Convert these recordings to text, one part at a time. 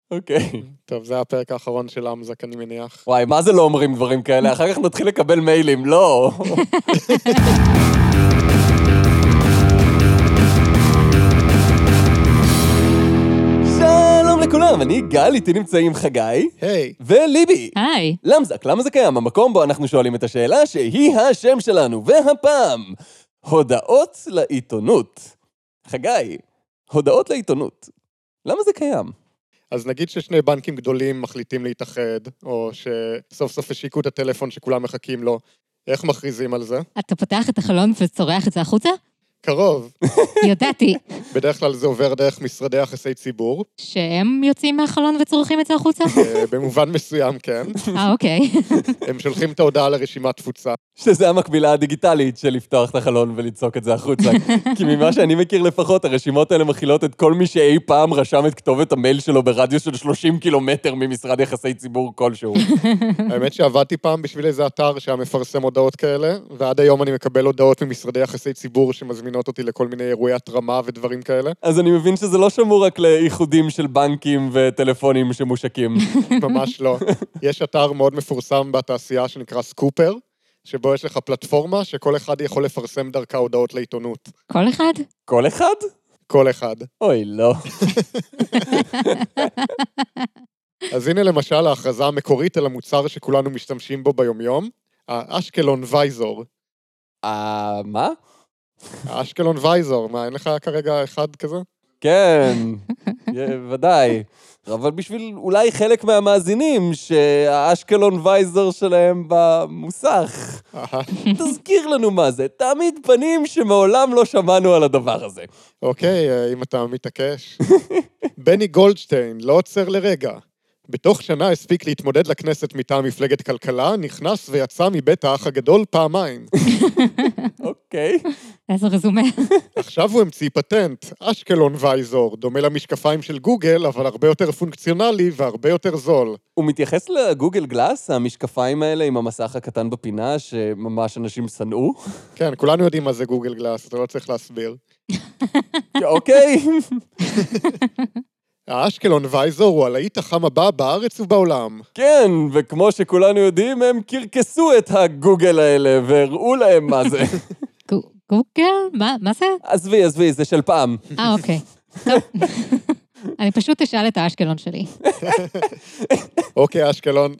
אוקיי. טוב, זה הפרק האחרון של אמזק, אני מניח. וואי, מה זה לא אומרים דברים כאלה? אחר כך נתחיל לקבל מיילים, לא. שלום לכולם, אני גל, איתי נמצאים חגי. היי. וליבי. היי. למזק, למה זה קיים? המקום בו אנחנו שואלים את השאלה שהיא השם שלנו, והפעם, הודעות לעיתונות. חגי, הודעות לעיתונות. למה זה קיים? אז נגיד ששני בנקים גדולים מחליטים להתאחד, או שסוף סוף השיקו את הטלפון שכולם מחכים לו. איך מכריזים על זה? אתה פותח את החלון וצורח את זה החוצה? קרוב. ידעתי בדרך כלל זה עובר דרך משרדי יחסי ציבור. שהם יוצאים מהחלון וצורחים את זה החוצה? במובן מסוים, כן. אוקיי. הם שולחים את ההודעה לרשימת תפוצה. שזה המקבילה הדיגיטלית של לפתוח את החלון ולצעוק את זה החוצה. כי ממה שאני מכיר לפחות, הרשימות האלה מכילות את כל מי שאי פעם רשם את כתובת המייל שלו ברדיוס של 30 קילומטר ממשרד יחסי ציבור כלשהו. האמת שעבדתי פעם בשביל איזה אתר שהיה מפרסם הודעות כאלה, ועד היום אני מקבל הודעות ממשרדי יחסי ציבור שמזמינות אותי לכל מיני אירועי התרמה ודברים כאלה. אז אני מבין שזה לא שמור רק לאיחודים של בנקים וטלפונים שמושקים. ממש לא. יש אתר מאוד מפורסם בתעשייה שנקרא סקופר, שבו יש לך פלטפורמה שכל אחד יכול לפרסם דרכה הודעות לעיתונות. כל אחד? כל אחד? כל אחד. אוי, לא. אז הנה למשל ההכרזה המקורית על המוצר שכולנו משתמשים בו ביומיום, האשקלון וייזור. מה? האשקלון וייזור, מה, אין לך כרגע אחד כזה? כן, ודאי. אבל בשביל אולי חלק מהמאזינים שהאשקלון וייזר שלהם במוסך. תזכיר לנו מה זה, תעמיד פנים שמעולם לא שמענו על הדבר הזה. אוקיי, אם אתה מתעקש. בני גולדשטיין, לא עוצר לרגע. בתוך שנה הספיק להתמודד לכנסת מטעם מפלגת כלכלה, נכנס ויצא מבית האח הגדול פעמיים. אוקיי. איזה רזומה. עכשיו הוא המציא פטנט, אשקלון וייזור, דומה למשקפיים של גוגל, אבל הרבה יותר פונקציונלי והרבה יותר זול. הוא מתייחס לגוגל גלאס, המשקפיים האלה עם המסך הקטן בפינה, שממש אנשים שנאו? כן, כולנו יודעים מה זה גוגל גלאס, אתה לא צריך להסביר. אוקיי. האשקלון וייזור הוא הלהיט החם הבא בארץ ובעולם. כן, וכמו שכולנו יודעים, הם קרקסו את הגוגל האלה והראו להם מה זה. גוגל? מה זה? עזבי, זה של פעם. אוקיי. טוב. אני פשוט אשאל את האשקלון שלי. אוקיי, אשקלון.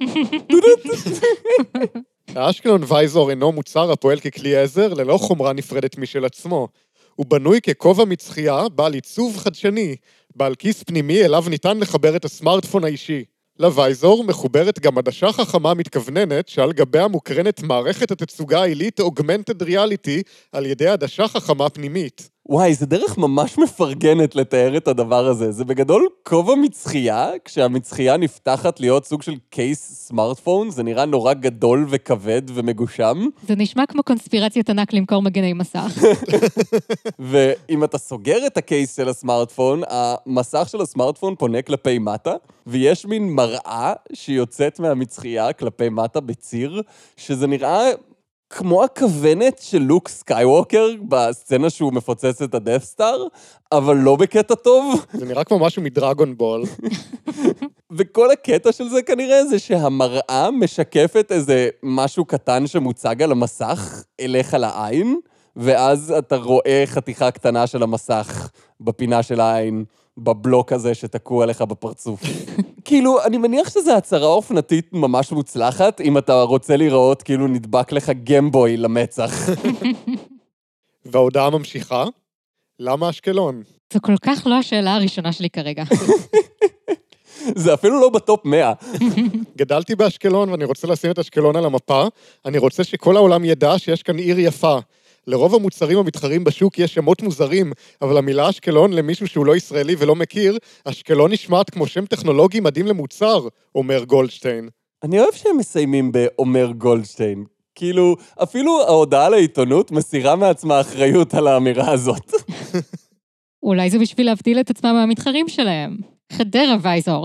האשקלון וייזור אינו מוצר הפועל ככלי עזר ללא חומרה נפרדת משל עצמו. הוא בנוי ככובע מצחייה, בעל עיצוב חדשני, בעל כיס פנימי אליו ניתן לחבר את הסמארטפון האישי. לווייזור מחוברת גם עדשה חכמה מתכווננת שעל גביה מוקרנת מערכת התצוגה העילית Augmented Reality על ידי עדשה חכמה פנימית. וואי, זה דרך ממש מפרגנת לתאר את הדבר הזה. זה בגדול כובע מצחייה, כשהמצחייה נפתחת להיות סוג של קייס סמארטפון, זה נראה נורא גדול וכבד ומגושם. זה נשמע כמו קונספירציית ענק למכור מגני מסך. ואם אתה סוגר את הקייס של הסמארטפון, המסך של הסמארטפון פונה כלפי מטה, ויש מין מראה שיוצאת מהמצחייה כלפי מטה בציר, שזה נראה כמו הכוונת של לוק סקייווקר בסצנה שהוא מפוצץ את הדף סטאר, אבל לא בקטע טוב. זה נראה כמו משהו מדרגון בול. וכל הקטע של זה כנראה זה שהמראה משקפת איזה משהו קטן שמוצג על המסך אליך לעין, ואז אתה רואה חתיכה קטנה של המסך בפינה של העין, בבלוק הזה שתקוע לך בפרצוף. כאילו, אני מניח שזו הצהרה אופנתית ממש מוצלחת, אם אתה רוצה לראות כאילו נדבק לך גמבוי למצח. וההודעה ממשיכה, למה אשקלון? זו כל כך לא השאלה הראשונה שלי כרגע. זה אפילו לא בטופ 100. גדלתי באשקלון ואני רוצה לשים את אשקלון על המפה, אני רוצה שכל העולם ידע שיש כאן עיר יפה. לרוב המוצרים המתחרים בשוק יש שמות מוזרים, אבל המילה אשקלון למישהו שהוא לא ישראלי ולא מכיר, אשקלון נשמעת כמו שם טכנולוגי מדהים למוצר, אומר גולדשטיין. אני אוהב שהם מסיימים באומר גולדשטיין. כאילו, אפילו ההודעה לעיתונות מסירה מעצמה אחריות על האמירה הזאת. אולי זה בשביל להבדיל את עצמם מהמתחרים שלהם. חדרה וייזור.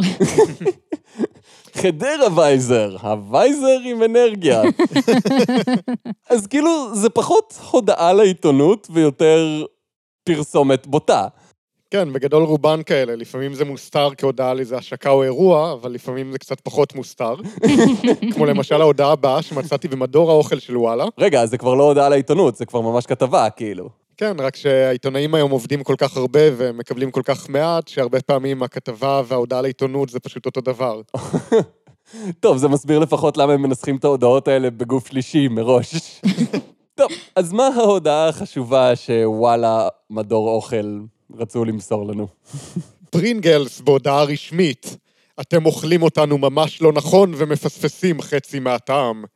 חדרה וייזר, הווייזר עם אנרגיה. אז כאילו, זה פחות הודעה לעיתונות ויותר פרסומת בוטה. כן, בגדול רובן כאלה. לפעמים זה מוסתר כהודעה לאיזה השקה או אירוע, אבל לפעמים זה קצת פחות מוסתר. כמו למשל ההודעה הבאה שמצאתי במדור האוכל של וואלה. רגע, זה כבר לא הודעה לעיתונות, זה כבר ממש כתבה, כאילו. כן, רק שהעיתונאים היום עובדים כל כך הרבה ומקבלים כל כך מעט, שהרבה פעמים הכתבה וההודעה לעיתונות זה פשוט אותו דבר. טוב, זה מסביר לפחות למה הם מנסחים את ההודעות האלה בגוף שלישי מראש. טוב, אז מה ההודעה החשובה שוואלה מדור אוכל רצו למסור לנו? פרינגלס בהודעה רשמית. אתם אוכלים אותנו ממש לא נכון ומפספסים חצי מהטעם.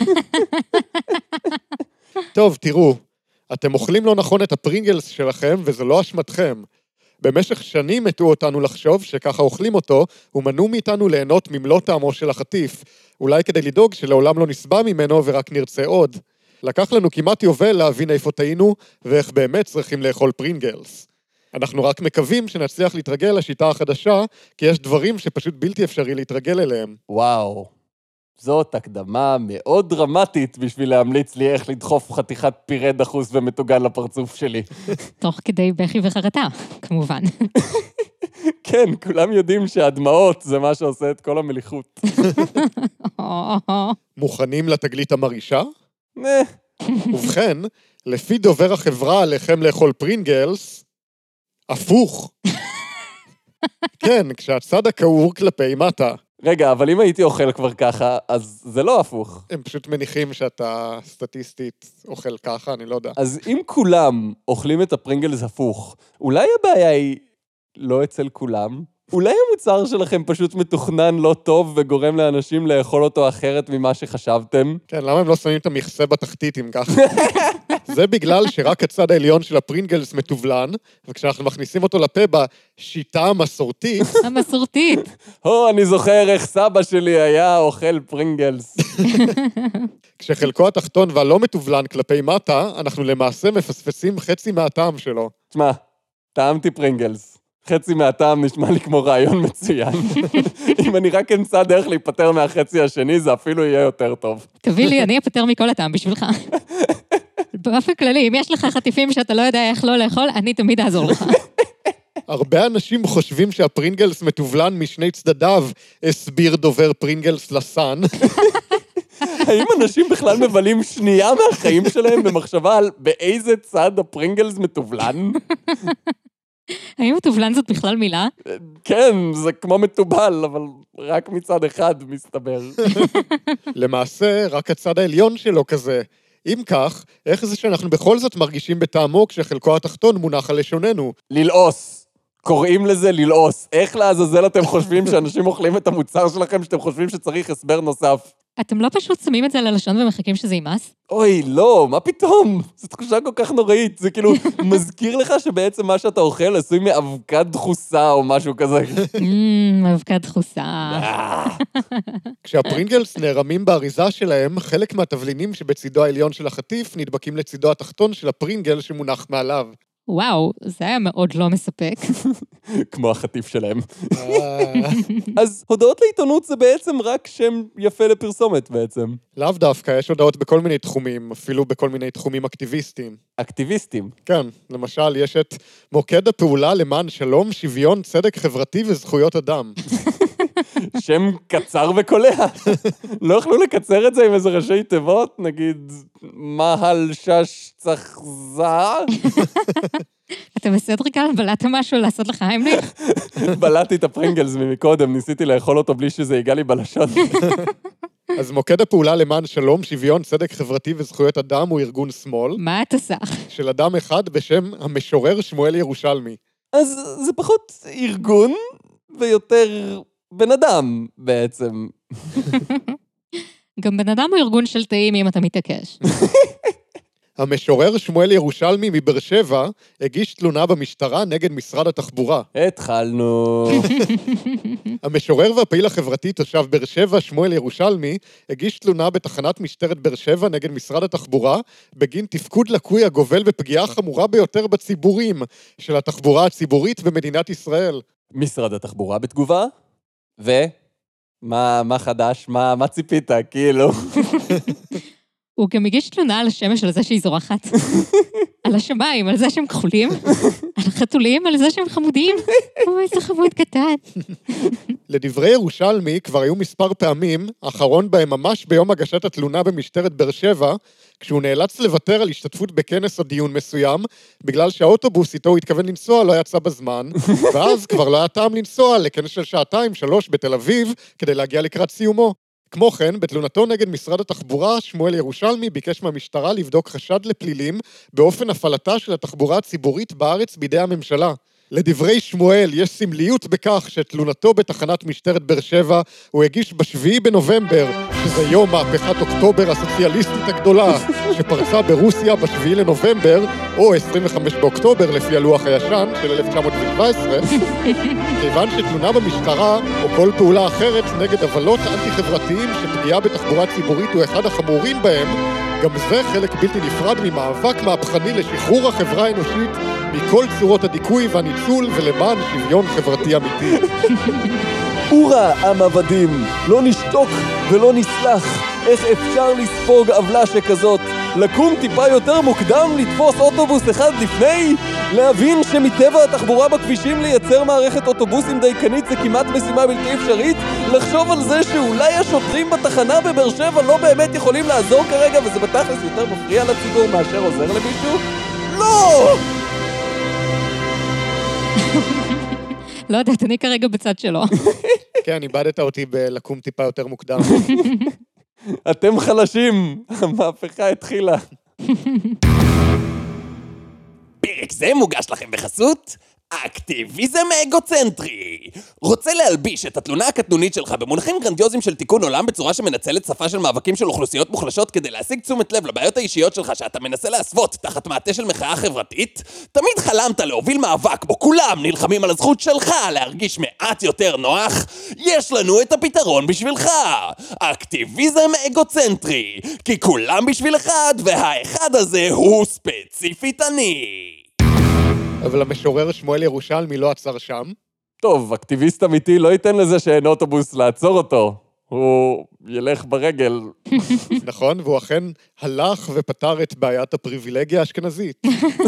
טוב, תראו, אתם אוכלים לא נכון את הפרינגלס שלכם וזה לא אשמתכם. במשך שנים הטעו אותנו לחשוב שככה אוכלים אותו, ומנעו מאיתנו ליהנות ממלוא טעמו של החטיף, אולי כדי לדאוג שלעולם לא נסבע ממנו ורק נרצה עוד. לקח לנו כמעט יובל להבין איפה טעינו, ואיך באמת צריכים לאכול פרינגלס. אנחנו רק מקווים שנצליח להתרגל לשיטה החדשה, כי יש דברים שפשוט בלתי אפשרי להתרגל אליהם. וואו, זאת הקדמה מאוד דרמטית בשביל להמליץ לי איך לדחוף חתיכת פירה דחוס ומטוגן לפרצוף שלי. תוך כדי בכי וחרטה, כמובן. כן, כולם יודעים שהדמעות זה מה שעושה את כל המליחות. מוכנים לתגלית המרישה? ובכן, לפי דובר החברה עליכם לאכול פרינגלס, הפוך. כן, כשהצד הכעור כלפי מטה. רגע, אבל אם הייתי אוכל כבר ככה, אז זה לא הפוך. הם פשוט מניחים שאתה סטטיסטית אוכל ככה, אני לא יודע. אז אם כולם אוכלים את הפרינגלס הפוך, אולי הבעיה היא לא אצל כולם? אולי המוצר שלכם פשוט מתוכנן לא טוב וגורם לאנשים לאכול אותו אחרת ממה שחשבתם? כן, למה הם לא שמים את המכסה בתחתית אם ככה? זה בגלל שרק הצד העליון של הפרינגלס מתובלן, וכשאנחנו מכניסים אותו לפה בשיטה המסורתית... המסורתית. אני זוכר איך סבא שלי היה אוכל פרינגלס. כשחלקו התחתון והלא מתובלן כלפי מטה, אנחנו למעשה מפספסים חצי מהטעם שלו. תשמע, טעמתי פרינגלס. חצי מהטעם נשמע לי כמו רעיון מצוין. אם אני רק אמצא דרך להיפטר מהחצי השני, זה אפילו יהיה יותר טוב. תביא לי, אני אפטר מכל הטעם בשבילך. באופן כללי, אם יש לך חטיפים שאתה לא יודע איך לא לאכול, אני תמיד אעזור לך. הרבה אנשים חושבים שהפרינגלס מתובלן משני צדדיו, הסביר דובר פרינגלס לסן. האם אנשים בכלל מבלים שנייה מהחיים שלהם במחשבה על באיזה צד הפרינגלס מתובלן? האם מתובלן זאת בכלל מילה? כן, זה כמו מתובל, אבל רק מצד אחד מסתבר. למעשה, רק הצד העליון שלו כזה. אם כך, איך זה שאנחנו בכל זאת מרגישים בטעמו כשחלקו התחתון מונח על לשוננו? ללעוס. קוראים לזה ללעוס. איך לעזאזל אתם חושבים שאנשים אוכלים את המוצר שלכם שאתם חושבים שצריך הסבר נוסף? אתם לא פשוט שמים את זה על הלשון ומחכים שזה יימס? אוי, לא, מה פתאום? זו תחושה כל כך נוראית. זה כאילו מזכיר לך שבעצם מה שאתה אוכל עשוי מאבקה דחוסה או משהו כזה. אבקה דחוסה. כשהפרינגלס נערמים באריזה שלהם, חלק מהתבלינים שבצידו העליון של החטיף נדבקים לצידו התחתון של הפרינגל שמונח מעליו. וואו, זה היה מאוד לא מספק. כמו החטיף שלהם. אז הודעות לעיתונות זה בעצם רק שם יפה לפרסומת בעצם. לאו דווקא, יש הודעות בכל מיני תחומים, אפילו בכל מיני תחומים אקטיביסטיים. אקטיביסטים. כן, למשל, יש את מוקד הפעולה למען שלום, שוויון, צדק חברתי וזכויות אדם. שם קצר וקולע. לא יכלו לקצר את זה עם איזה ראשי תיבות, נגיד, מהל שש צחזה? אתה בסדר כאן? בלעת משהו לעשות לך היימליך? בלעתי את הפרינגלס ממקודם, ניסיתי לאכול אותו בלי שזה ייגע לי בלשון. אז מוקד הפעולה למען שלום, שוויון, צדק חברתי וזכויות אדם הוא ארגון שמאל. מה אתה סך? של אדם אחד בשם המשורר שמואל ירושלמי. אז זה פחות ארגון ויותר בן אדם בעצם. גם בן אדם הוא ארגון של תאים אם אתה מתעקש. המשורר שמואל ירושלמי מבאר שבע הגיש תלונה במשטרה נגד משרד התחבורה. התחלנו. המשורר והפעיל החברתי תושב באר שבע, שמואל ירושלמי, הגיש תלונה בתחנת משטרת באר שבע נגד משרד התחבורה, בגין תפקוד לקוי הגובל בפגיעה חמורה ביותר בציבורים של התחבורה הציבורית במדינת ישראל. משרד התחבורה בתגובה? מה חדש? מה ציפית? כאילו. הוא גם הגיש תלונה על השמש על זה שהיא זורחת. על השמיים, על זה שהם כחולים. על החתולים, על זה שהם חמודים. אוי, איזה חמוד קטן. לדברי ירושלמי כבר היו מספר פעמים, האחרון בהם ממש ביום הגשת התלונה במשטרת באר שבע, כשהוא נאלץ לוותר על השתתפות בכנס או דיון מסוים, בגלל שהאוטובוס איתו הוא התכוון לנסוע לא יצא בזמן, ואז כבר לא היה טעם לנסוע לכנס של 2-3 בתל אביב, כדי להגיע לקראת סיומו. כמו כן, בתלונתו נגד משרד התחבורה, שמואל ירושלמי ביקש מהמשטרה לבדוק חשד לפלילים באופן הפעלתה של התחבורה הציבורית בארץ בידי הממשלה. לדברי שמואל, יש סמליות בכך שתלונתו בתחנת משטרת באר שבע הוא הגיש ב7 בנובמבר, שזה יום מהפכת אוקטובר הסוציאליסטית הגדולה, שפרצה ברוסיה ב7 לנובמבר, או 25 באוקטובר לפי הלוח הישן של 1917, כיוון שתלונה במשטרה או כל פעולה אחרת נגד עוולות אנטי-חברתיים שפגיעה בתחבורה ציבורית הוא אחד החמורים בהם, גם זה חלק בלתי נפרד ממאבק מהפכני לשחרור החברה האנושית מכל צורות הדיכוי והניצול ולמען שוויון חברתי אמיתי. אורה, עם עבדים, לא נשתוק ולא נסלח. איך אפשר לספוג עוולה שכזאת? לקום טיפה יותר מוקדם, לתפוס אוטובוס אחד לפני? להבין שמטבע התחבורה בכבישים לייצר מערכת אוטובוסים דייקנית זה כמעט משימה בלתי אפשרית? לחשוב על זה שאולי השוטרים בתחנה בבאר שבע לא באמת יכולים לעזור כרגע וזה בתכלס יותר מפריע לציבור מאשר עוזר למישהו? לא! לא יודעת, אני כרגע בצד שלו. כן, איבדת אותי בלקום טיפה יותר מוקדם. אתם חלשים, המהפכה התחילה. פרק זה מוגש לכם בחסות אקטיביזם אגוצנטרי. רוצה להלביש את התלונה הקטנונית שלך במונחים גרנדיוזיים של תיקון עולם בצורה שמנצלת שפה של מאבקים של אוכלוסיות מוחלשות כדי להשיג תשומת לב לבעיות האישיות שלך שאתה מנסה להסוות תחת מעטה של מחאה חברתית? תמיד חלמת להוביל מאבק בו כולם נלחמים על הזכות שלך להרגיש מעט יותר נוח? יש לנו את הפתרון בשבילך. אקטיביזם אגוצנטרי, כי כולם בשביל אחד והאחד הזה הוא ספציפית אני. אבל המשורר שמואל ירושלמי לא עצר שם. טוב, אקטיביסט אמיתי לא ייתן לזה שאין אוטובוס לעצור אותו. הוא ילך ברגל. נכון, והוא אכן הלך ופתר את בעיית הפריבילגיה האשכנזית.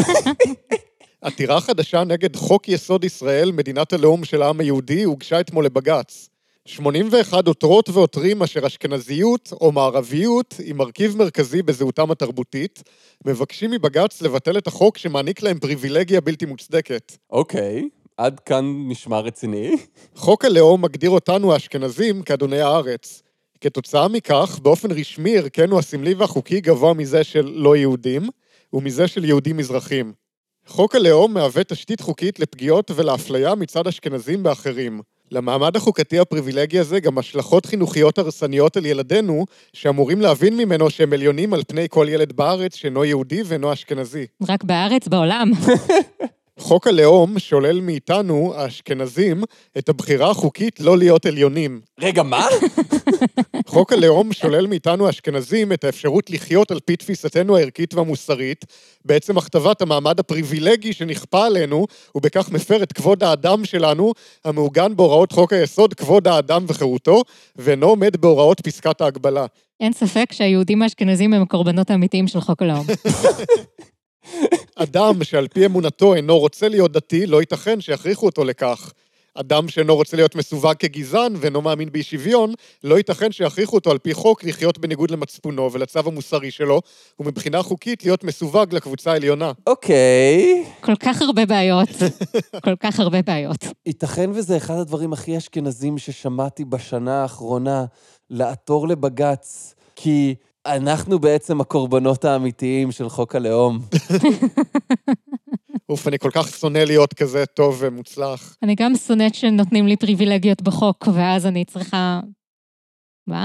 עתירה חדשה נגד חוק יסוד ישראל, מדינת הלאום של העם היהודי, הוגשה אתמול לבג"ץ. 81 עותרות ועותרים אשר אשכנזיות או מערביות היא מרכיב מרכזי בזהותם התרבותית, מבקשים מבג"ץ לבטל את החוק שמעניק להם פריבילגיה בלתי מוצדקת. אוקיי, עד כאן נשמע רציני. חוק הלאום מגדיר אותנו האשכנזים כאדוני הארץ. כתוצאה מכך, באופן רשמי ערכנו הסמלי והחוקי גבוה מזה של לא יהודים, ומזה של יהודים מזרחים. חוק הלאום מהווה תשתית חוקית לפגיעות ולאפליה מצד אשכנזים באחרים. למעמד החוקתי הפריבילגי הזה גם השלכות חינוכיות הרסניות על ילדינו, שאמורים להבין ממנו שהם עליונים על פני כל ילד בארץ שאינו יהודי ואינו אשכנזי. רק בארץ, בעולם. חוק הלאום שולל מאיתנו, האשכנזים, את הבחירה החוקית לא להיות עליונים. רגע, מה? חוק הלאום שולל מאיתנו האשכנזים את האפשרות לחיות על פי תפיסתנו הערכית והמוסרית, בעצם הכתבת המעמד הפריבילגי שנכפה עלינו, ובכך מפר את כבוד האדם שלנו, המעוגן בהוראות חוק היסוד כבוד האדם וחירותו, ואינו עומד בהוראות פסקת ההגבלה. אין ספק שהיהודים האשכנזים הם הקורבנות האמיתיים של חוק הלאום. אדם שעל פי אמונתו אינו רוצה להיות דתי, לא ייתכן שיכריחו אותו לכך. אדם שאינו רוצה להיות מסווג כגזען ואינו מאמין באי שוויון, לא ייתכן שיכריחו אותו על פי חוק לחיות בניגוד למצפונו ולצו המוסרי שלו, ומבחינה חוקית להיות מסווג לקבוצה העליונה. אוקיי. כל כך הרבה בעיות. כל כך הרבה בעיות. ייתכן וזה אחד הדברים הכי אשכנזים ששמעתי בשנה האחרונה, לעתור לבג"ץ, כי אנחנו בעצם הקורבנות האמיתיים של חוק הלאום. אוף, אני כל כך שונא להיות כזה טוב ומוצלח. אני גם שונאת שנותנים לי פריבילגיות בחוק, ואז אני צריכה... מה?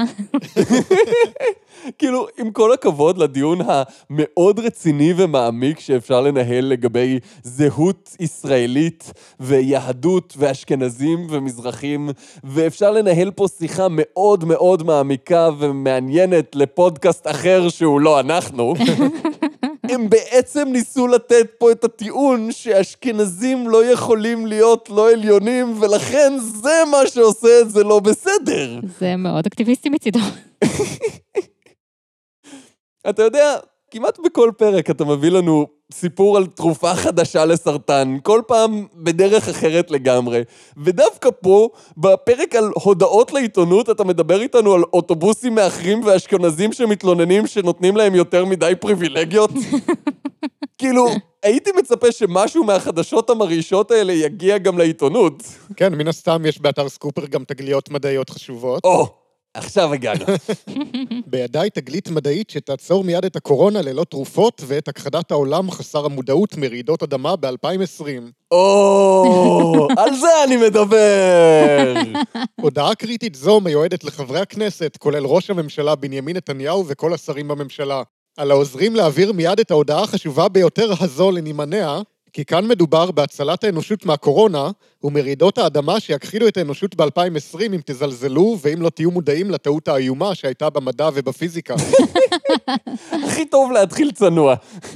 כאילו, עם כל הכבוד לדיון המאוד רציני ומעמיק שאפשר לנהל לגבי זהות ישראלית ויהדות ואשכנזים ומזרחים, ואפשר לנהל פה שיחה מאוד מאוד מעמיקה ומעניינת לפודקאסט אחר שהוא לא אנחנו. הם בעצם ניסו לתת פה את הטיעון שאשכנזים לא יכולים להיות לא עליונים, ולכן זה מה שעושה את זה לא בסדר. זה מאוד אקטיביסטי מצידו. אתה יודע, כמעט בכל פרק אתה מביא לנו סיפור על תרופה חדשה לסרטן, כל פעם בדרך אחרת לגמרי. ודווקא פה, בפרק על הודעות לעיתונות, אתה מדבר איתנו על אוטובוסים מאחרים ואשכנזים שמתלוננים שנותנים להם יותר מדי פריבילגיות. כאילו, הייתי מצפה שמשהו מהחדשות המרעישות האלה יגיע גם לעיתונות. כן, מן הסתם יש באתר סקופר גם תגליות מדעיות חשובות. עכשיו הגענו. בידיי תגלית מדעית שתעצור מיד את הקורונה ללא תרופות ואת הכחדת העולם חסר המודעות מרעידות אדמה ב-2020. על זה אני מדבר! הודעה קריטית זו מיועדת לחברי הכנסת, כולל ראש הממשלה בנימין נתניהו וכל השרים בממשלה. על העוזרים להעביר מיד את ההודעה החשובה ביותר הזו לנימניה, כי כאן מדובר בהצלת האנושות מהקורונה, ומרעידות האדמה שיכחילו את האנושות ב-2020 אם תזלזלו, ואם לא תהיו מודעים לטעות האיומה שהייתה במדע ובפיזיקה. הכי טוב להתחיל צנוע.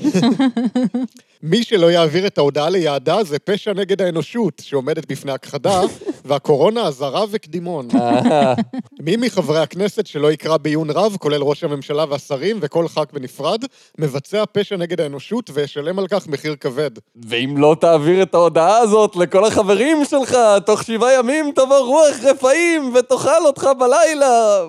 מי שלא יעביר את ההודעה ליעדה זה פשע נגד האנושות, שעומדת בפני הכחדה, והקורונה הזרה וקדימון. מי מחברי הכנסת שלא יקרא בעיון רב, כולל ראש הממשלה והשרים וכל ח"כ בנפרד, מבצע פשע נגד האנושות וישלם על כך מחיר כבד. ואם לא תעביר את ההודעה הזאת לכל החברים שלך, תוך 7 ימים תבוא רוח רפאים ותאכל אותך בלילה.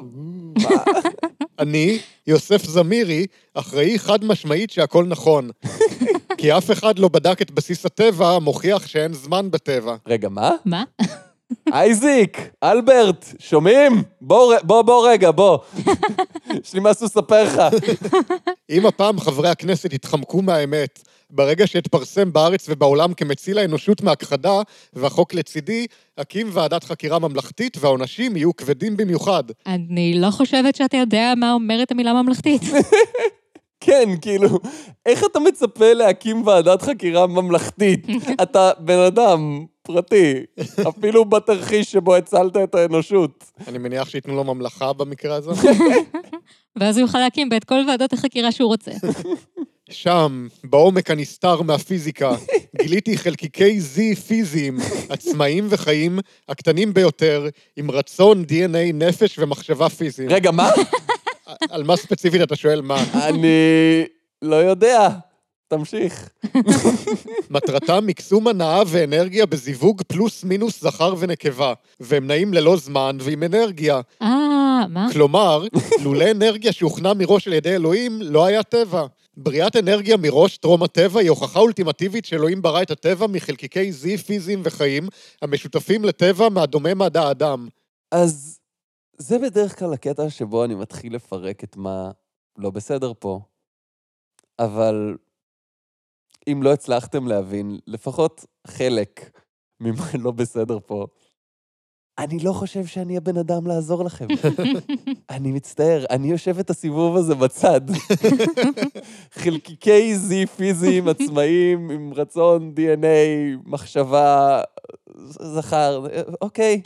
אני, יוסף זמירי, אחראי חד משמעית שהכל נכון. כי אף אחד לא בדק את בסיס הטבע, מוכיח שאין זמן בטבע. רגע, מה? מה? אייזיק, אלברט, שומעים? בוא רגע, בוא. יש לי משהו לספר לך. אם הפעם חברי הכנסת יתחמקו מהאמת, ברגע שהתפרסם בארץ ובעולם כמציל האנושות מהכחדה, והחוק לצידי, הקים ועדת חקירה ממלכתית והעונשים יהיו כבדים במיוחד. אני לא חושבת שאתה יודע מה אומרת המילה ממלכתית. כן, כאילו, איך אתה מצפה להקים ועדת חקירה ממלכתית? אתה בן אדם פרטי, אפילו בתרחיש שבו הצלת את האנושות. אני מניח שיתנו לו ממלכה במקרה הזה. ואז הוא יוכל להקים בית כל ועדות החקירה שהוא רוצה. שם, בעומק הנסתר מהפיזיקה, גיליתי חלקיקי Z פיזיים, עצמאיים וחיים, הקטנים ביותר, עם רצון, DNA, נפש ומחשבה פיזיים. רגע, מה? על מה ספציפית אתה שואל מה? אני לא יודע. תמשיך. מטרתם מקסום הנאה ואנרגיה בזיווג פלוס מינוס זכר ונקבה, והם נעים ללא זמן ועם אנרגיה. מה? כלומר, לולא אנרגיה שהוכנה מראש על ידי אלוהים, לא היה טבע. בריאת אנרגיה מראש טרום הטבע היא הוכחה אולטימטיבית שאלוהים ברא את הטבע מחלקיקי Z פיזיים וחיים, המשותפים לטבע מהדומם עד האדם. אז זה בדרך כלל הקטע שבו אני מתחיל לפרק את מה לא בסדר פה. אבל אם לא הצלחתם להבין, לפחות חלק ממה לא בסדר פה, אני לא חושב שאני הבן אדם לעזור לכם. אני מצטער, אני יושב את הסיבוב הזה בצד. חלקיקי Z פיזיים עצמאיים, עם רצון, DNA, מחשבה, זכר, אוקיי,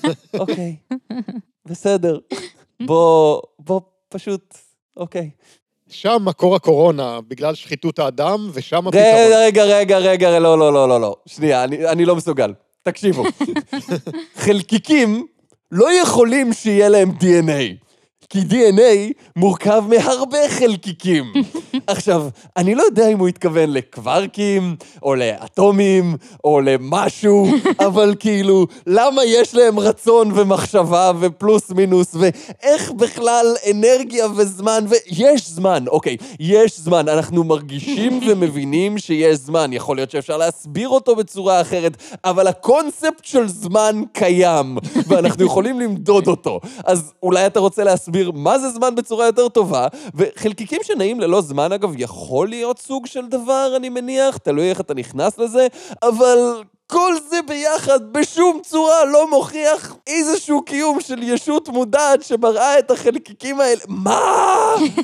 בסדר. בוא פשוט, אוקיי. שם מקור הקורונה, בגלל שחיתות האדם, ושם הפתרון. רגע, לא. שנייה, אני לא מסוגל. תקשיבו. חלקיקים לא יכולים שיהיה להם DNA, כי DNA מורכב מהרבה חלקיקים. עכשיו, אני לא יודע אם הוא התכוון לקווארקים, או לאטומים, או למשהו, אבל כאילו, למה יש להם רצון ומחשבה ופלוס מינוס, ואיך בכלל אנרגיה וזמן, ויש זמן, אוקיי, יש זמן, אנחנו מרגישים ומבינים שיש זמן, יכול להיות שאפשר להסביר אותו בצורה אחרת, אבל הקונספט של זמן קיים, ואנחנו יכולים למדוד אותו. אז אולי אתה רוצה להסביר מה זה זמן בצורה יותר טובה, וחלקיקים שנעים ללא זמן, אגב, יכול להיות סוג של דבר, אני מניח, תלוי איך אתה נכנס לזה, אבל כל זה ביחד בשום צורה לא מוכיח איזשהו קיום של ישות מודעת שמראה את החלקיקים האלה. מה?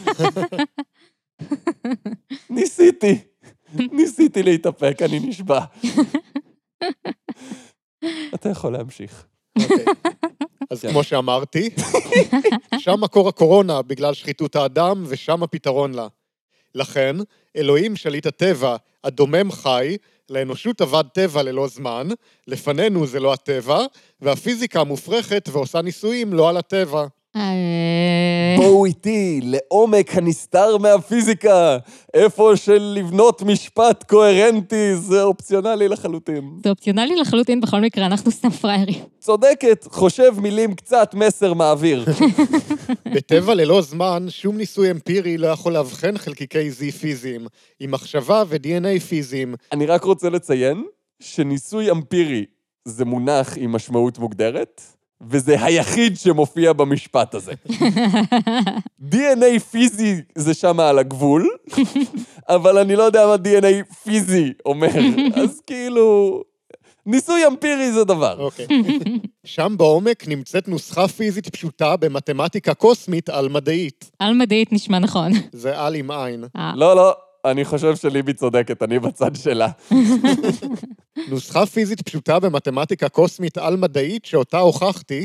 ניסיתי להתאפק, אני נשבע. אתה יכול להמשיך. אוקיי. אז כמו שאמרתי, שם מקור הקורונה בגלל שחיתות האדם, ושם הפתרון לה. לכן, אלוהים שליט הטבע, הדומם חי, לאנושות עבד טבע ללא זמן, לפנינו זה לא הטבע, והפיזיקה המופרכת ועושה ניסויים לא על הטבע. בואו איתי לעומק הנסתר מהפיזיקה, איפה של לבנות משפט קוהרנטי, זה אופציונלי לחלוטין. זה אופציונלי לחלוטין, בכל מקרה, אנחנו סתם פריירים. צודקת, חושב מילים קצת מסר מעביר. בטבע ללא זמן, שום ניסוי אמפירי לא יכול להבחן חלקיקי Z פיזיים, עם מחשבה ו-DNA פיזיים. אני רק רוצה לציין שניסוי אמפירי זה מונח עם משמעות מוגדרת, וזה היחיד שמופיע במשפט הזה. DNA פיזי זה שם על הגבול, אבל אני לא יודע מה DNA פיזי אומר, אז כאילו... ניסוי אמפירי זה דבר. אוקיי. שם בעומק נמצאת נוסחה פיזית פשוטה במתמטיקה קוסמית על-מדעית. על-מדעית נשמע נכון. זה על עם עין. לא, אני חושב שליבי צודקת, אני בצד שלה. נוסחה פיזית פשוטה במתמטיקה קוסמית על-מדעית שאותה הוכחתי,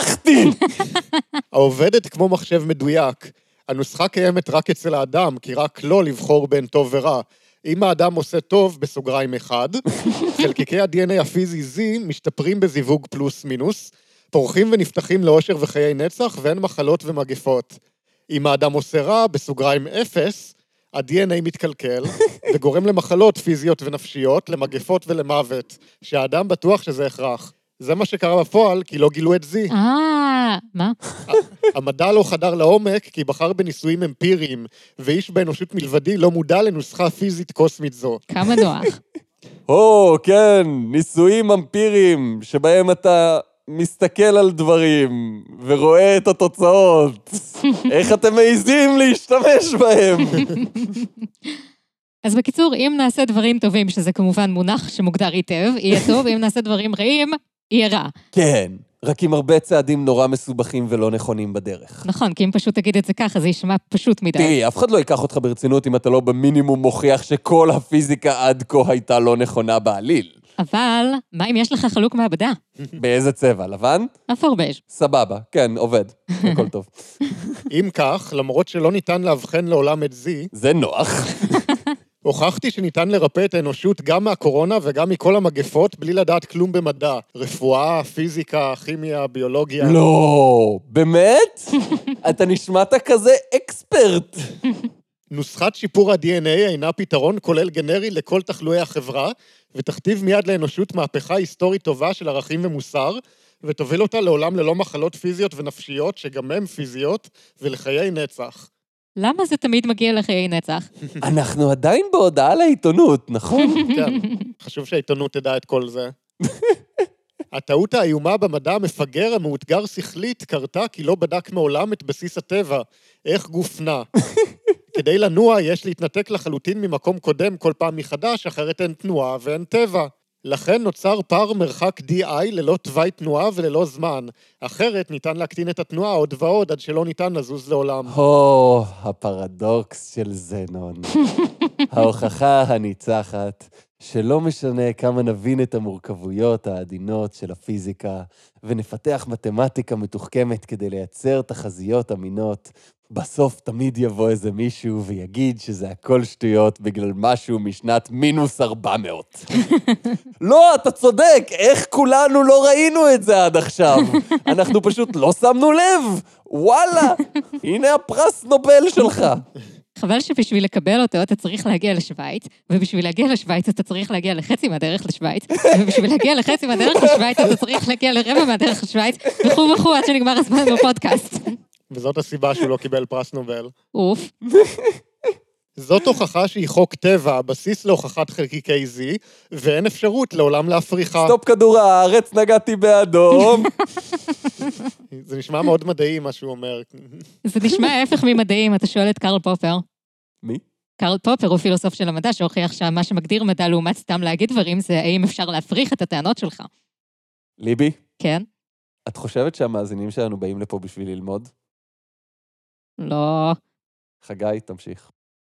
העובדת כמו מחשב מדויק. הנוסחה קיימת רק אצל האדם, כי רק לא לבחור בין טוב ורע. אם האדם עושה טוב, בסוגריים 1, חלקיקי ה-DNA הפיזי Z משתפרים בזיווג פלוס מינוס, פורחים ונפתחים לאושר וחיי נצח, ואין מחלות ומגפות. אם האדם עושה רע, בסוגריים 0, ה-DNA מתקלקל, וגורם למחלות פיזיות ונפשיות, למגפות ולמוות, שהאדם בטוח שזה הכרח. זה מה שקרה בפועל, כי לא גילו את Z. מה? המדע לא חדר לעומק, כי בחר בניסויים אמפיריים, ואיש באנושות מלבדי לא מודע לנוסחה פיזית קוסמית זו. כמה נוח. כן, ניסויים אמפיריים, שבהם אתה מסתכל על דברים, ורואה את התוצאות. איך אתם מעיזים להשתמש בהם? אז בקיצור, אם נעשה דברים טובים, שזה כמובן מונח שמוגדר היטב, יהיה טוב, אם נעשה דברים רעים, יהיה רע. כן, רק עם הרבה צעדים נורא מסובכים ולא נכונים בדרך. נכון, כי אם פשוט תגיד את זה ככה, זה יישמע פשוט מדי. תראי, אף אחד לא ייקח אותך ברצינות אם אתה לא במינימום מוכיח שכל הפיזיקה עד כה הייתה לא נכונה בעליל. אבל, מה אם יש לך חלוק מעבדה? באיזה צבע? לבן? אפור בז'. סבבה, כן, עובד. הכל טוב. אם כך, למרות שלא ניתן להבחן לעולם את Z, זה נוח. הוכחתי שניתן לרפא את האנושות גם מהקורונה וגם מכל המגפות בלי לדעת כלום במדע. רפואה, פיזיקה, כימיה, ביולוגיה. לא, באמת? אתה נשמעת כזה אקספרט. נוסחת שיפור ה-DNA אינה פתרון כולל גנרי לכל תחלואי החברה, ותכתיב מיד לאנושות מהפכה היסטורית טובה של ערכים ומוסר, ותוביל אותה לעולם ללא מחלות פיזיות ונפשיות, שגם הן פיזיות, ולחיי נצח. למה זה תמיד מגיע לחיי נצח? אנחנו עדיין בהודעה לעיתונות, נכון? כן, חשוב שהעיתונות תדע את כל זה. הטעות האיומה במדע המפגר המאותגר שכלית קרתה כי לא בדק מעולם את בסיס הטבע, איך גוף נע. כדי לנוע יש להתנתק לחלוטין ממקום קודם כל פעם מחדש, אחרת אין תנועה ואין טבע. לכן נוצר פער מרחק DI ללא תוואי תנועה וללא זמן. אחרת ניתן להקטין את התנועה עוד ועוד עד שלא ניתן לזוז לעולם. הפרדוקס של זנון. ההוכחה הניצחת, שלא משנה כמה נבין את המורכבויות העדינות של הפיזיקה, ונפתח מתמטיקה מתוחכמת כדי לייצר תחזיות אמינות, בסוף תמיד יבוא איזה מישהו ויגיד שזה הכל שטויות בגלל משהו משנת -400. לא, אתה צודק, איך כולנו לא ראינו את זה עד עכשיו? אנחנו פשוט לא שמנו לב. וואלה, הנה הפרס נובל שלך. חבל שבשביל לקבל אותו אתה צריך להגיע לשוויץ, ובשביל להגיע לשוויץ אתה צריך להגיע לחצי מהדרך לשוויץ, ובשביל להגיע לחצי מהדרך לשוויץ אתה צריך להגיע לרבע מהדרך לשוויץ, וכו' עד שנגמר הזמן בפודקאסט. וזאת הסיבה שהוא לא קיבל פרס נובל. אוף. זאת הוכחה שהיא חוק טבע, הבסיס להוכחת חלקיקי Z, ואין אפשרות לעולם להפריכה. סטופ כדור הארץ, נגעתי באדום. זה נשמע מאוד מדעי מה שהוא אומר. זה נשמע ההפך ממדעים, אתה שואל את קרל פופר. מי? קרל פופר הוא פילוסוף של המדע, שהוכיח שמה שמגדיר מדע לעומת סתם להגיד דברים, זה האם אפשר להפריך את הטענות שלך. ליבי? כן? את חושבת שהמאזינים שלנו באים לפה בשביל ללמוד? לא. חגי, תמשיך.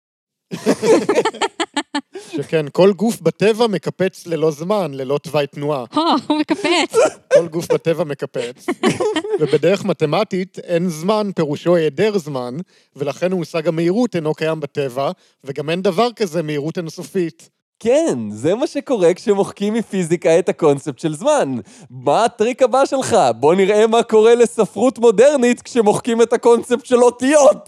שכן, כל גוף בטבע מקפץ ללא זמן, ללא תוואי תנועה. הוא מקפץ. כל גוף בטבע מקפץ. ובדרך מתמטית אין זמן, פירושו היעדר זמן, ולכן מושג המהירות אינו קיים בטבע, וגם אין דבר כזה מהירות אינסופית. כן, זה מה שקורה כשמוחקים מפיזיקה את הקונספט של זמן. מה הטריק הבא שלך? בוא נראה מה קורה לספרות מודרנית כשמוחקים את הקונספט של אותיות.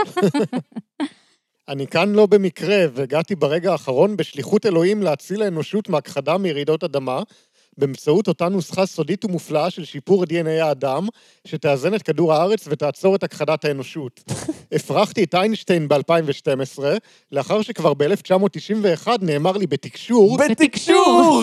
אני כאן לא במקרה, והגעתי ברגע האחרון בשליחות אלוהים להציל האנושות מהכחדה מרעידות אדמה, באמצעות אותה נוסחה סודית ומופלאה של שיפור DNA האדם, שתאזן את כדור הארץ ותעצור את הכחדת האנושות. הפרחתי את איינשטיין ב-2012, לאחר שכבר ב-1991 נאמר לי בתקשור, בתקשור!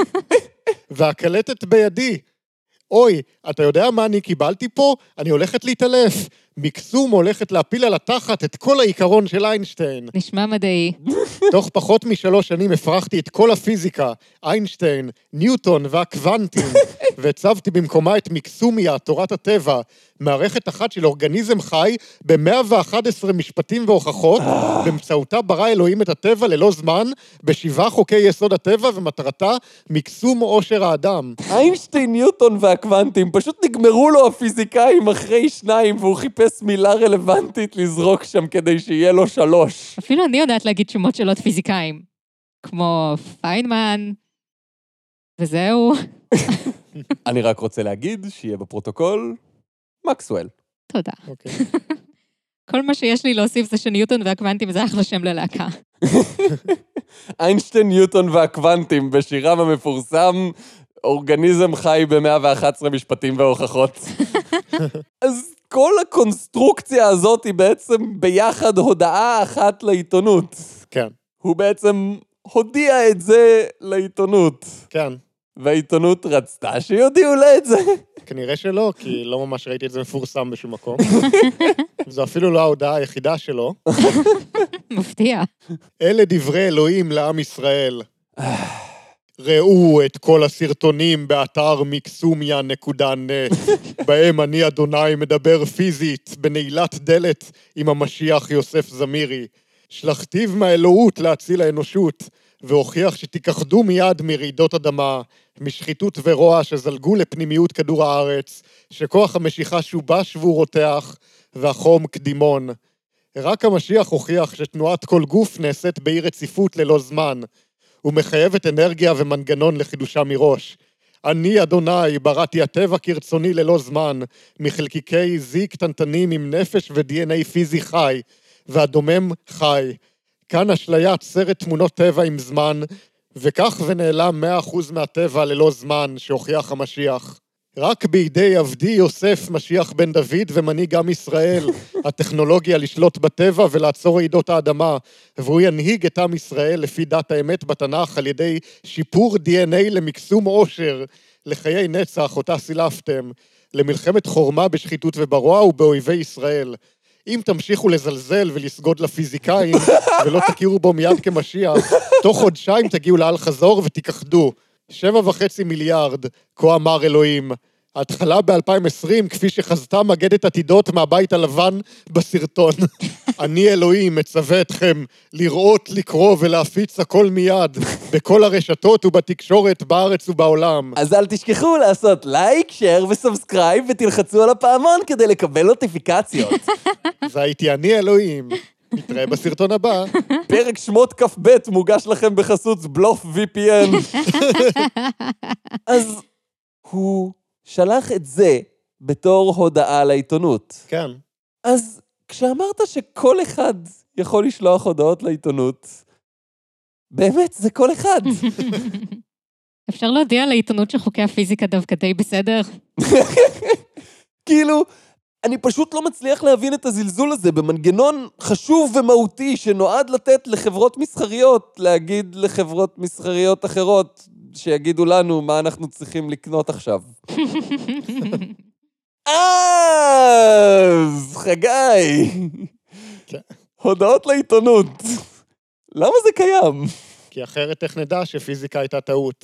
והקלטת בידי. אוי, אתה יודע מה אני קיבלתי פה? אני הולכת להתעלף. מקסום הולכת להפיל על התחת את כל העיקרון של איינשטיין. נשמע מדעי. תוך פחות מ3 שנים הפרחתי את כל הפיזיקה, איינשטיין, ניוטון והקוונטים, והצבתי במקומה את מקסומיה, תורת הטבע, מערכת אחת של אורגניזם חי ב111 משפטים והוכחות, באמצעותה ברא אלוהים את הטבע ללא זמן, ב7 חוקי יסוד הטבע, ומטרתה מקסום עושר האדם. איינשטיין, ניוטון והקוונטים, פשוט נגמרו לו הפיזיקאים אחרי 2, והוא חיפש מילה רלוונטית לזרוק שם כדי שיהיה לו 3. אפילו אני יודעת להגיד שמות של עוד פיזיקאים, כמו פיינמן, וזהו. אני רק רוצה להגיד שיהיה בפרוטוקול מקסוול. תודה. אוקיי. כל מה שיש לי להוסיף זה שניוטון והקוונטים זה אחלה שם ללהקה. איינשטיין, ניוטון והקוונטים בשירם המפורסם, אורגניזם חי ב111 משפטים והוכחות. אז כל הקונסטרוקציה הזאת היא בעצם ביחד הודעה אחת לעיתונות. כן. הוא בעצם הודיע את זה לעיתונות. כן. והעיתונות רצתה שיודיעו לה את זה. כנראה שלא, כי לא ממש ראיתי את זה מפורסם בשום מקום. זו אפילו לא ההודעה היחידה שלו. מפתיע. אלה דברי אלוהים לעם ישראל. ראו את כל הסרטונים באתר מקסומיה.נט, בהם אני אדוני מדבר פיזית בנעילת דלת עם המשיח יוסף זמירי. שלחתיו מהאלוהות להציל האנושות, והוכיח שתיכחדו מיד מרעידות אדמה, משחיתות ורוע שזלגו לפנימיות כדור הארץ, שכוח המשיכה שובש והוא רותח, והחום קדימון. רק המשיח הוכיח שתנועת כל גוף נעשית באי רציפות ללא זמן, ומחייבת אנרגיה ומנגנון לחידושה מראש. אני, אדוני, בראתי הטבע כרצוני ללא זמן, מחלקיקי זי קטנטנים עם נפש ו-DNA פיזי חי, והדומם חי. כאן אשליית סרט תמונות טבע עם זמן, וכך ונעלם 100% מהטבע ללא זמן שהוכיח המשיח. רק בידי עבדי יוסף, משיח בן דוד ומנהיג עם ישראל, הטכנולוגיה לשלוט בטבע ולעצור רעידות האדמה, והוא ינהיג את עם ישראל לפי דת האמת בתנ"ך על ידי שיפור DNA למקסום עושר, לחיי נצח אותה סילפתם, למלחמת חורמה בשחיתות וברוע ובאויבי ישראל. אם תמשיכו לזלזל ולסגוד לפיזיקאים ולא תכירו בו מיד כמשיח, תוך חודשיים תגיעו לאל חזור ותיכחדו. 7.5 מיליארד, כה אמר אלוהים. ההתחלה ב-2020, כפי שחזתה מגדת עתידות מהבית הלבן בסרטון. אני אלוהים מצווה אתכם לראות, לקרוא ולהפיץ הכל מיד, בכל הרשתות ובתקשורת בארץ ובעולם. אז אל תשכחו לעשות לייק, שייר וסאבסקרייב, ותלחצו על הפעמון כדי לקבל נוטיפיקציות. זה הייתי אני אלוהים. נתראה בסרטון הבא. פרק שמות כ"ב מוגש לכם בחסות בלוף VPN. אז הוא שלח את זה בתור הודעה לעיתונות. כן. אז כשאמרת שכל אחד יכול לשלוח הודעות לעיתונות, באמת זה כל אחד. אפשר להודיע לעיתונות שחוקי הפיזיקה דווקא די בסדר? כאילו, אני פשוט לא מצליח להבין את הזלזול הזה במנגנון חשוב ומהותי שנועד לתת לחברות מסחריות, להגיד לחברות מסחריות אחרות שיגידו לנו מה אנחנו צריכים לקנות עכשיו. אז, חגי, הודעות לעיתונות. למה זה קיים? כי אחרת איך נדע שפיזיקה הייתה טעות.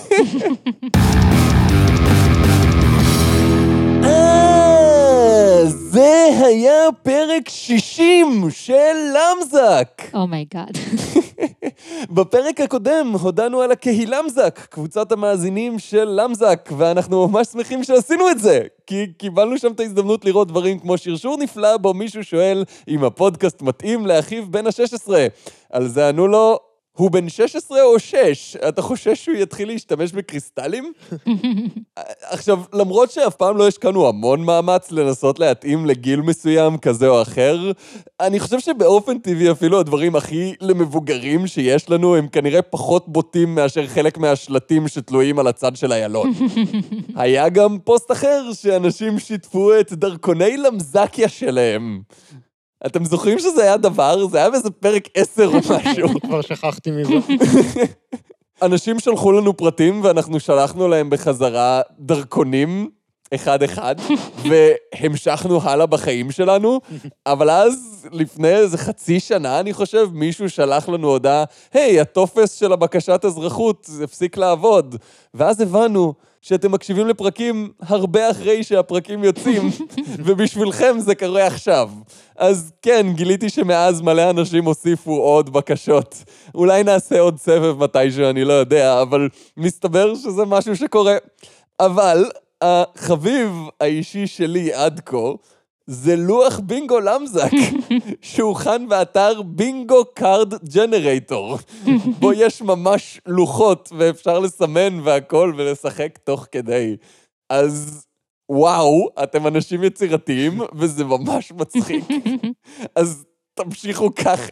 זה היה פרק 60 של למזק. אומייגאד. בפרק הקודם הודענו על הקהילמזק, קבוצת המאזינים של למזק, ואנחנו ממש שמחים שעשינו את זה, כי קיבלנו שם את ההזדמנות לראות דברים כמו שרשור נפלא בו מישהו שואל אם הפודקאסט מתאים לאחיו בן ה-16. על זה ענו לו, הוא בן 16 או 6? אתה חושש שהוא יתחיל להשתמש בקריסטלים? עכשיו, למרות שאף פעם לא השקענו המון מאמץ לנסות להתאים לגיל מסוים כזה או אחר, אני חושב שבאופן טבעי אפילו הדברים הכי למבוגרים שיש לנו הם כנראה פחות בוטים מאשר חלק מהשלטים שתלויים על הצד של איילון. היה גם פוסט אחר שאנשים שיתפו את דרכוני למזקיה שלהם. אתם זוכרים שזה היה דבר? זה היה באיזה פרק 10 או משהו. כבר שכחתי מזה. אנשים שלחו לנו פרטים ואנחנו שלחנו להם בחזרה דרכונים אחד-אחד, והמשכנו הלאה בחיים שלנו, אבל אז, לפני איזה חצי שנה, אני חושב, מישהו שלח לנו הודעה, היי, הטופס של הבקשת אזרחות הפסיק לעבוד. ואז הבנו שאתם מקשיבים לפרקים הרבה אחרי שהפרקים יוצאים, ובשבילכם זה קורה עכשיו. אז כן, גיליתי שמאז מלא אנשים הוסיפו עוד בקשות. אולי נעשה עוד סבב מתישהו, אני לא יודע, אבל מסתבר שזה משהו שקורה. אבל החביב האישי שלי עד כה, זה לוח בינגו למזק, שהוכן באתר בינגו קארד ג'נרייטור, בו יש ממש לוחות ואפשר לסמן והכל ולשחק תוך כדי. אז וואו, אתם אנשים יצירתיים וזה ממש מצחיק. אז תמשיכו ככה.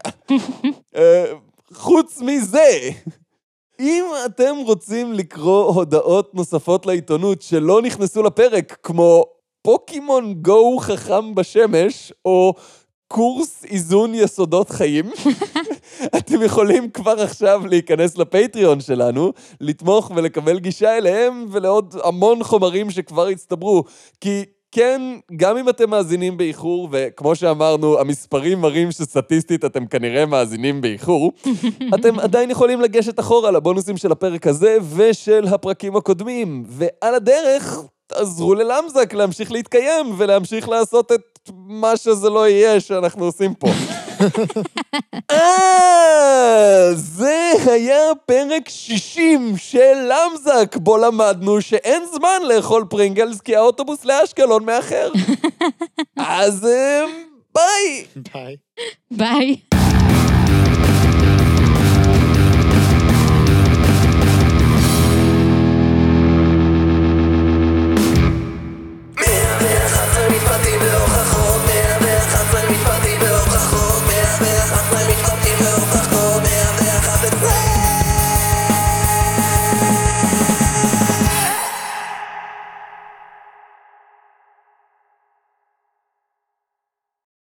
חוץ מזה, אם אתם רוצים לקרוא הודעות נוספות לעיתונות שלא נכנסו לפרק, כמו פוקימון גו חכם בשמש, או קורס איזון יסודות חיים, אתם יכולים כבר עכשיו להיכנס לפטריון שלנו, לתמוך ולקבל גישה אליהם, ולעוד המון חומרים שכבר הצטברו. כי כן, גם אם אתם מאזינים באיחור, וכמו שאמרנו, המספרים מראים שסטטיסטית אתם כנראה מאזינים באיחור, אתם עדיין יכולים לגשת אחורה לבונוסים של הפרק הזה ושל הפרקים הקודמים, ועל הדרך תעזרו ללמזק להמשיך להתקיים ולהמשיך לעשות את מה שזה לא יהיה שאנחנו עושים פה. זה היה פרק 60 של למזק, בו למדנו שאין זמן לאכול פרינגלס כי האוטובוס לאשקלון מאחר. אז ביי! ביי. ביי.